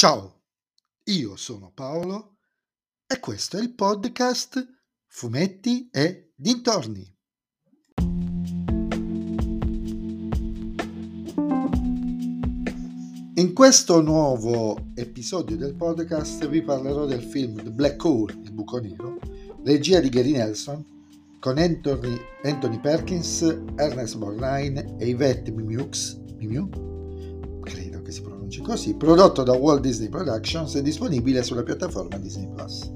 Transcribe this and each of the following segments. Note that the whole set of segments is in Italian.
Ciao, io sono Paolo e questo è il podcast Fumetti e Dintorni. In questo nuovo episodio del podcast vi parlerò del film The Black Hole, il buco nero, regia di Gary Nelson, con Anthony Perkins, Ernest Borgnine e Yvette Mimieux, credo che si pronunci così, prodotto da Walt Disney Productions e disponibile sulla piattaforma Disney Plus.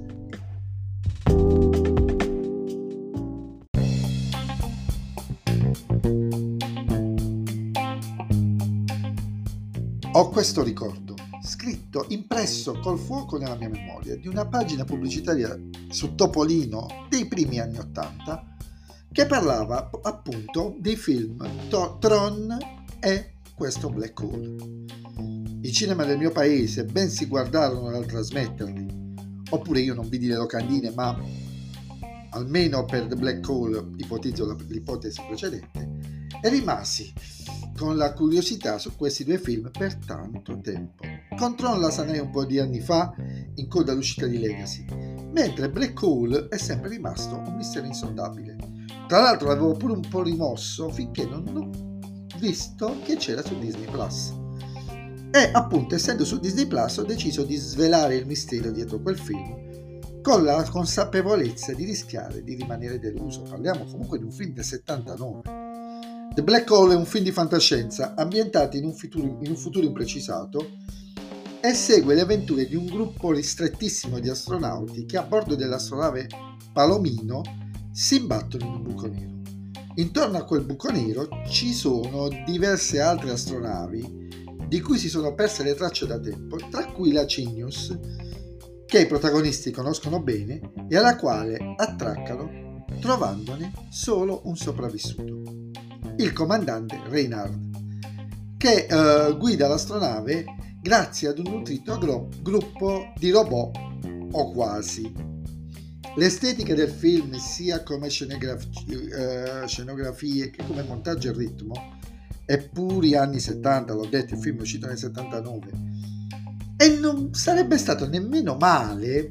Ho questo ricordo, scritto, impresso col fuoco nella mia memoria, di una pagina pubblicitaria su Topolino dei primi anni '80 che parlava appunto dei film Tron e questo Black Hole. I cinema del mio paese ben si guardarono dal trasmetterli, oppure io non vidi le locandine, ma almeno per The Black Hole ipotizzo l'ipotesi precedente, e rimasi con la curiosità su questi due film per tanto tempo. Con Tron la sanai un po' di anni fa, in coda all'uscita di Legacy, mentre Black Hole è sempre rimasto un mistero insondabile. Tra l'altro l'avevo pure un po' rimosso finché non ho visto che c'era su Disney Plus. E appunto, essendo su Disney Plus, ho deciso di svelare il mistero dietro quel film, con la consapevolezza di rischiare di rimanere deluso. Parliamo comunque di un film del 79. The Black Hole è un film di fantascienza ambientato in un futuro imprecisato e segue le avventure di un gruppo ristrettissimo di astronauti che a bordo dell'astronave Palomino si imbattono in un buco nero. Intorno a quel buco nero ci sono diverse altre astronavi di cui si sono perse le tracce da tempo, tra cui la Cygnus, che i protagonisti conoscono bene e alla quale attraccano trovandone solo un sopravvissuto, il comandante Reinhardt, che guida l'astronave grazie ad un nutrito gruppo di robot, o quasi. L'estetica del film, sia come scenografie che come montaggio e ritmo, è puri anni 70, l'ho detto, il film è uscito nel 79, e non sarebbe stato nemmeno male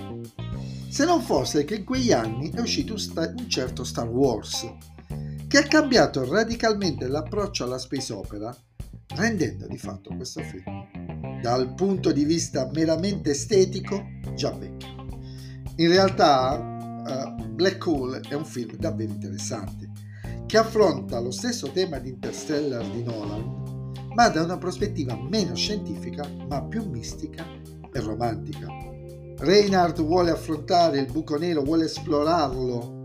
se non fosse che in quegli anni è uscito un certo Star Wars, che ha cambiato radicalmente l'approccio alla space opera, rendendo di fatto questo film, dal punto di vista meramente estetico, già vecchio. In realtà Black Hole è un film davvero interessante, che affronta lo stesso tema di Interstellar di Nolan, ma da una prospettiva meno scientifica, ma più mistica e romantica. Reinhardt vuole affrontare il buco nero, vuole esplorarlo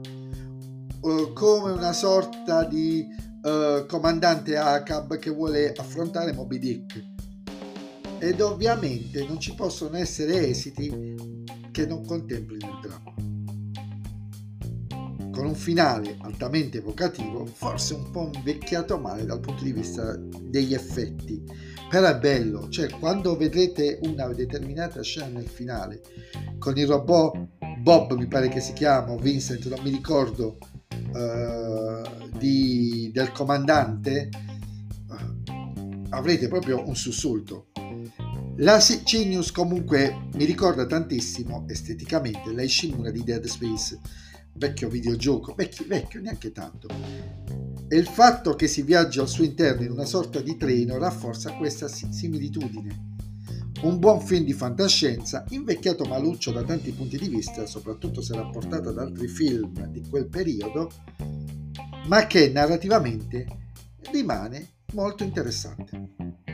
come una sorta di comandante ACAB che vuole affrontare Moby Dick, ed ovviamente non ci possono essere esiti che non contemplino il dramma, con un finale altamente evocativo, forse un po' invecchiato male dal punto di vista degli effetti, però è bello, cioè quando vedrete una determinata scena nel finale con il robot Bob, mi pare che si chiama, Vincent, non mi ricordo, del comandante, avrete proprio un sussulto. La Cygnus comunque mi ricorda tantissimo esteticamente la Ishimura di Dead Space, vecchio videogioco, vecchio neanche tanto, e il fatto che si viaggia al suo interno in una sorta di treno rafforza questa similitudine. Un buon film di fantascienza, invecchiato maluccio da tanti punti di vista, soprattutto se rapportato ad altri film di quel periodo, ma che narrativamente rimane molto interessante.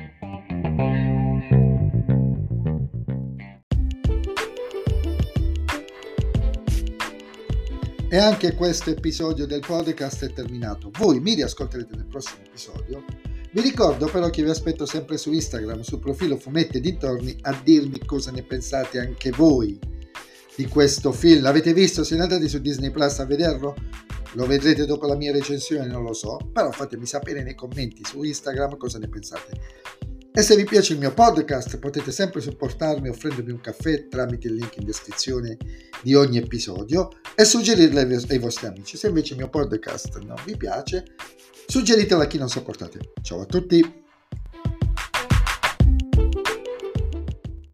E anche questo episodio del podcast è terminato. Voi mi riascolterete nel prossimo episodio. Vi ricordo però che vi aspetto sempre su Instagram, sul profilo Fumetti e Dintorni, a dirmi cosa ne pensate anche voi di questo film. L'avete visto? Siete andati su Disney Plus a vederlo? Lo vedrete dopo la mia recensione? Non lo so, però fatemi sapere nei commenti su Instagram cosa ne pensate. E se vi piace il mio podcast potete sempre supportarmi offrendomi un caffè tramite il link in descrizione di ogni episodio e suggerirlo ai vostri amici. Se invece il mio podcast non vi piace, suggeritelo a chi non sopportate. Ciao a tutti!